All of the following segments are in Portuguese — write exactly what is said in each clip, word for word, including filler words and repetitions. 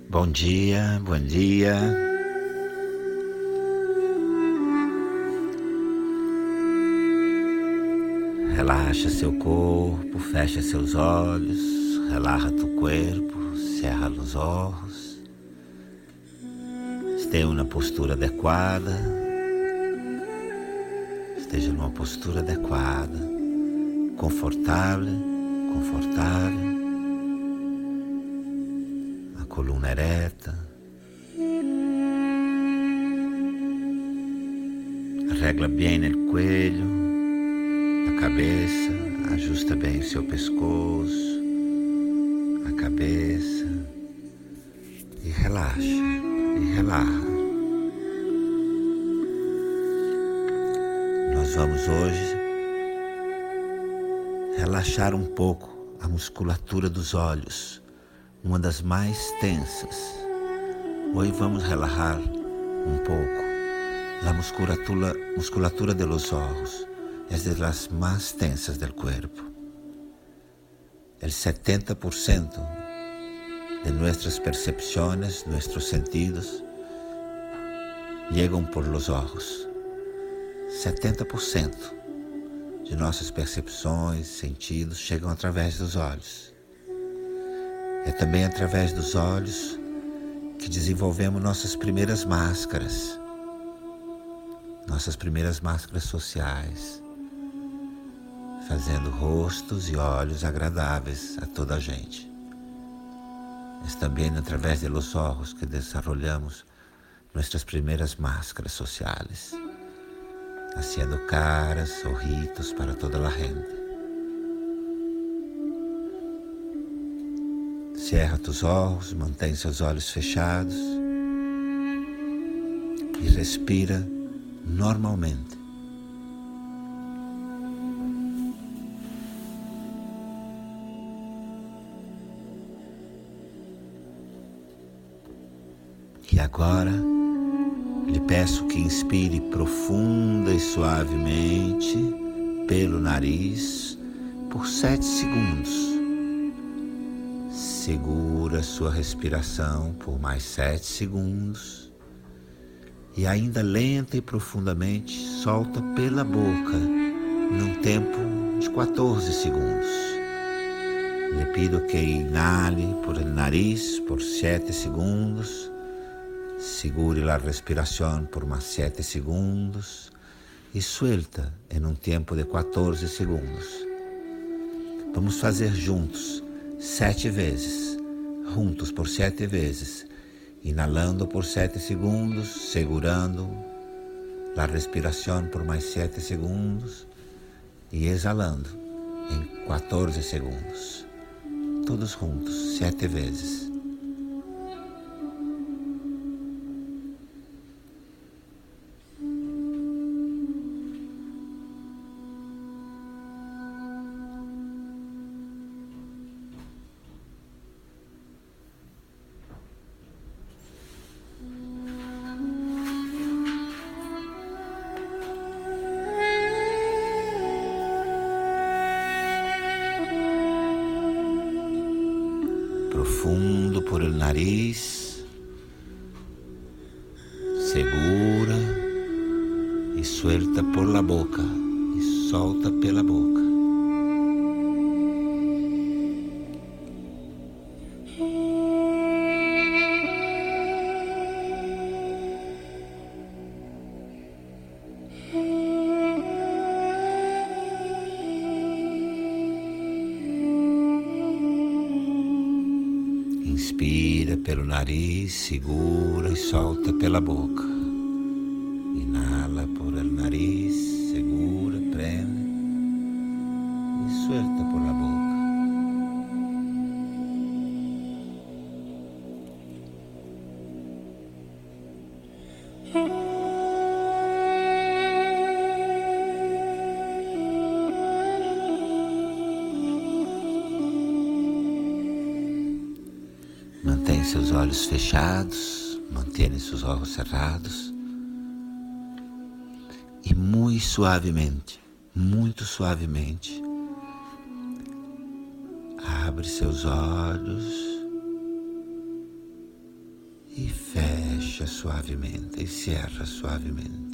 Bom dia, bom dia. Relaxa seu corpo, fecha seus olhos, relaxa tu corpo, cerra os olhos. Esteja numa postura adequada. Esteja numa postura adequada, confortável, confortável. A coluna ereta. Arregla bem o coelho, a cabeça, ajusta bem o seu pescoço, a cabeça e relaxa, e relaxa. Nós vamos hoje relaxar um pouco a musculatura dos olhos, uma das mais tensas. Hoje vamos relaxar um pouco a musculatura, musculatura de los ojos, es de las más tensas del cuerpo. El setenta por ciento de nuestras percepciones, nuestros sentidos, llegan por los ojos. setenta por cento de nossas percepções, sentidos, chegam através dos olhos. É também através dos olhos que desenvolvemos nossas primeiras máscaras, nossas primeiras máscaras sociais, fazendo rostos e olhos agradáveis a toda a gente. É também através de los ojos que desarrollamos nossas primeiras máscaras sociais, haciendo caras, ojitos para toda a gente. Cierra tus olhos, mantém seus olhos fechados e respira normalmente. E agora, lhe peço que inspire profunda e suavemente pelo nariz por sete segundos. Segura sua respiração por mais sete segundos. E ainda lenta e profundamente solta pela boca num tempo de quatorze segundos. Lhe pido que inale por el nariz por sete segundos. Segure a respiração por mais sete segundos e suelta em um tempo de quatorze segundos. Vamos fazer juntos, sete vezes, juntos por sete vezes, inalando por sete segundos, segurando a respiração por mais sete segundos e exalando em quatorze segundos. Todos juntos, sete vezes. Profundo por el nariz, segura e suelta por la boca e solta pela boca. Inspira pelo nariz, segura e solta pela boca. Inala por el nariz, segura, prende e suelta por la boca. Mantém seus olhos fechados, mantenha seus olhos cerrados e muito suavemente, muito suavemente, abre seus olhos e fecha suavemente e cerra suavemente.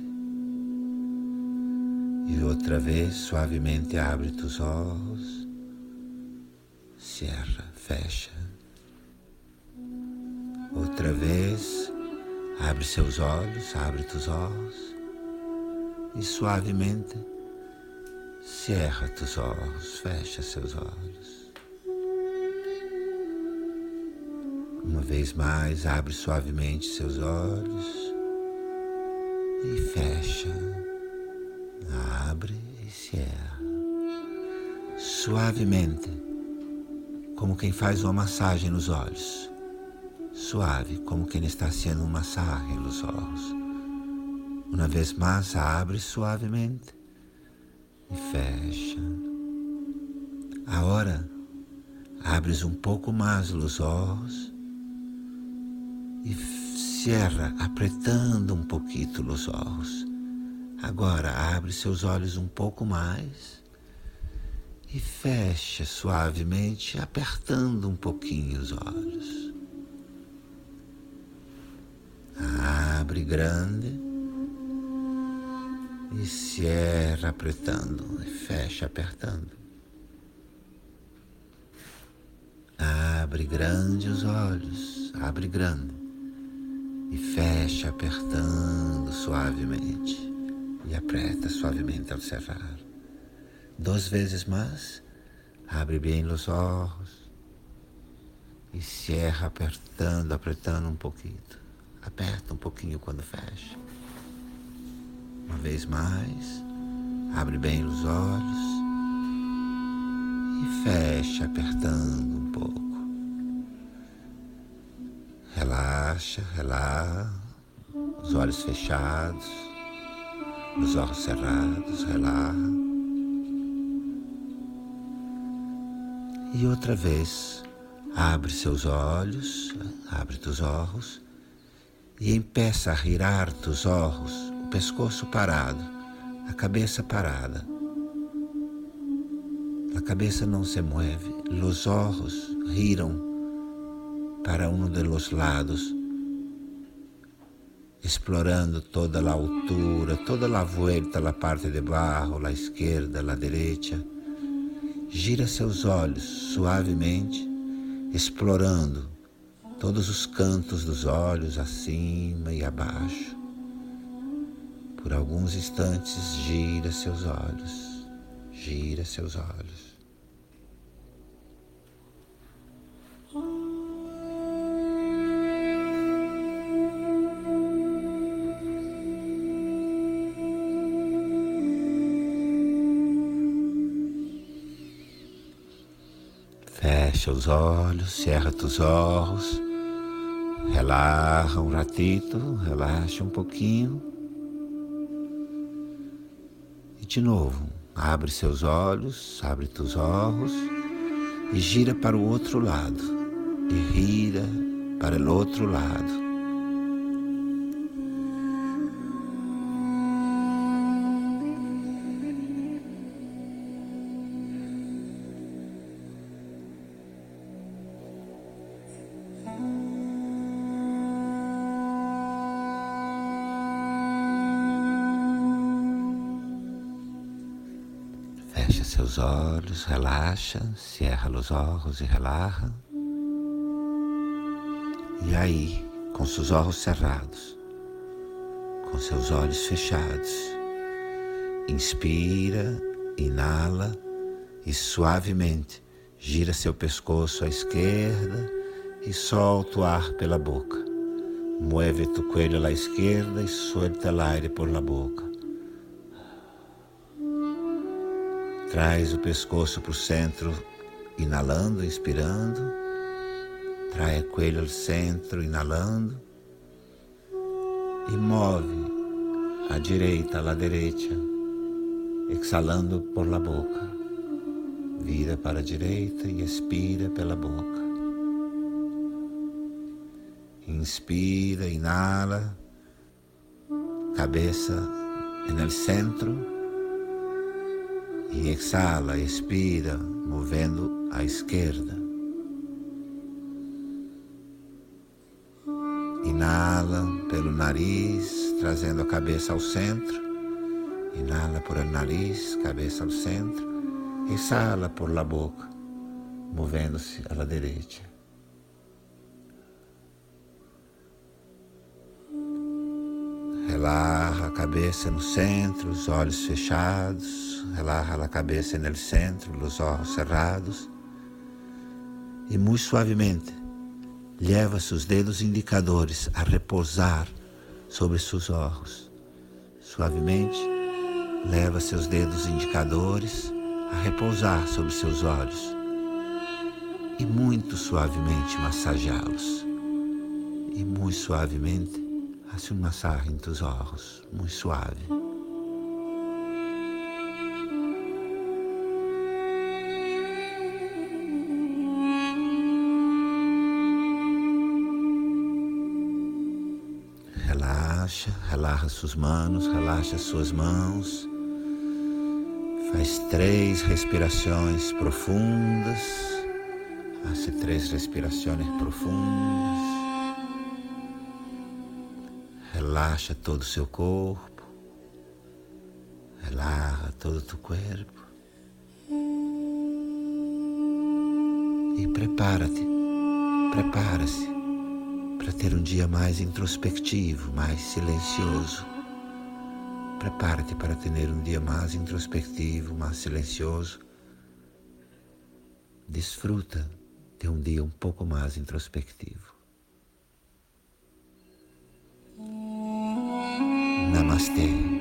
E outra vez, suavemente abre teus olhos, cerra, fecha. Outra vez, abre seus olhos, abre teus olhos e suavemente cerra teus olhos, fecha seus olhos. Uma vez mais, abre suavemente seus olhos e fecha. Abre e cerra. Suavemente, como quem faz uma massagem nos olhos. Suave, como quem está haciendo uma massagem nos olhos. Uma vez mais, abre suavemente e fecha. Agora, abres um pouco mais os olhos e cerra, apertando um pouquinho os olhos. Agora, abre seus olhos um pouco mais e fecha suavemente, apertando um pouquinho os olhos. Abre grande e cerra, apertando, e fecha, apertando. Abre grande os olhos, abre grande e fecha, apertando suavemente. E aperta suavemente ao cerrar. Duas vezes mais, abre bem os olhos e cerra apertando, apertando um pouquinho. Aperta um pouquinho quando fecha. Uma vez mais, abre bem os olhos e fecha apertando um pouco. Relaxa, relaxa, os olhos fechados. Os olhos cerrados, relaxa. E outra vez, abre seus olhos, abre teus olhos e empeça a girar teus olhos, o pescoço parado, a cabeça parada. A cabeça não se mueve, os olhos giram para um dos lados, explorando toda a altura, toda a volta, a parte de baixo, a esquerda, a direita. Gira seus olhos suavemente, explorando todos os cantos dos olhos, acima e abaixo. Por alguns instantes, gira seus olhos, gira seus olhos. Fecha os olhos, cerra os olhos, relaxa um ratito, relaxa um pouquinho. E de novo, abre seus olhos, abre teus olhos e gira para o outro lado. E gira para o outro lado. Fecha seus olhos, relaxa, cerra os olhos e relaxa. E aí, com seus olhos cerrados, com seus olhos fechados, inspira, inala e suavemente gira seu pescoço à esquerda e solta o ar pela boca. Mueve tu cuello à esquerda e suelta o aire por la boca. Traz o pescoço para o centro, inalando, inspirando. Traz o cuello ao centro, inalando. E move à direita, à direita, exalando por la boca. Vira para a direita e expira pela boca. Inspira, inala, cabeça no centro. E exala, expira, movendo à esquerda. Inala pelo nariz, trazendo a cabeça ao centro. Inala por el nariz, cabeça ao centro. Exhala por la boca, movendo-se à la direita. Relaja a cabeça no centro, os olhos fechados. Relaja a cabeça no centro, os olhos cerrados. E muito suavemente, leva seus dedos indicadores a repousar sobre seus olhos. Suavemente, leva seus dedos indicadores a repousar sobre seus olhos. E muito suavemente massageá-los. E muito suavemente, hace um massagem em tus olhos, muito suave. Relaxa, relaxa suas manos, relaxa suas mãos. Faz três respirações profundas. Hace três respirações profundas. Relaxa todo o seu corpo. Relaxa todo o teu corpo. E prepara-te, prepara-se para ter um dia mais introspectivo, mais silencioso. Prepara-te para ter um dia mais introspectivo, mais silencioso. Desfruta de um dia um pouco mais introspectivo. Namastê.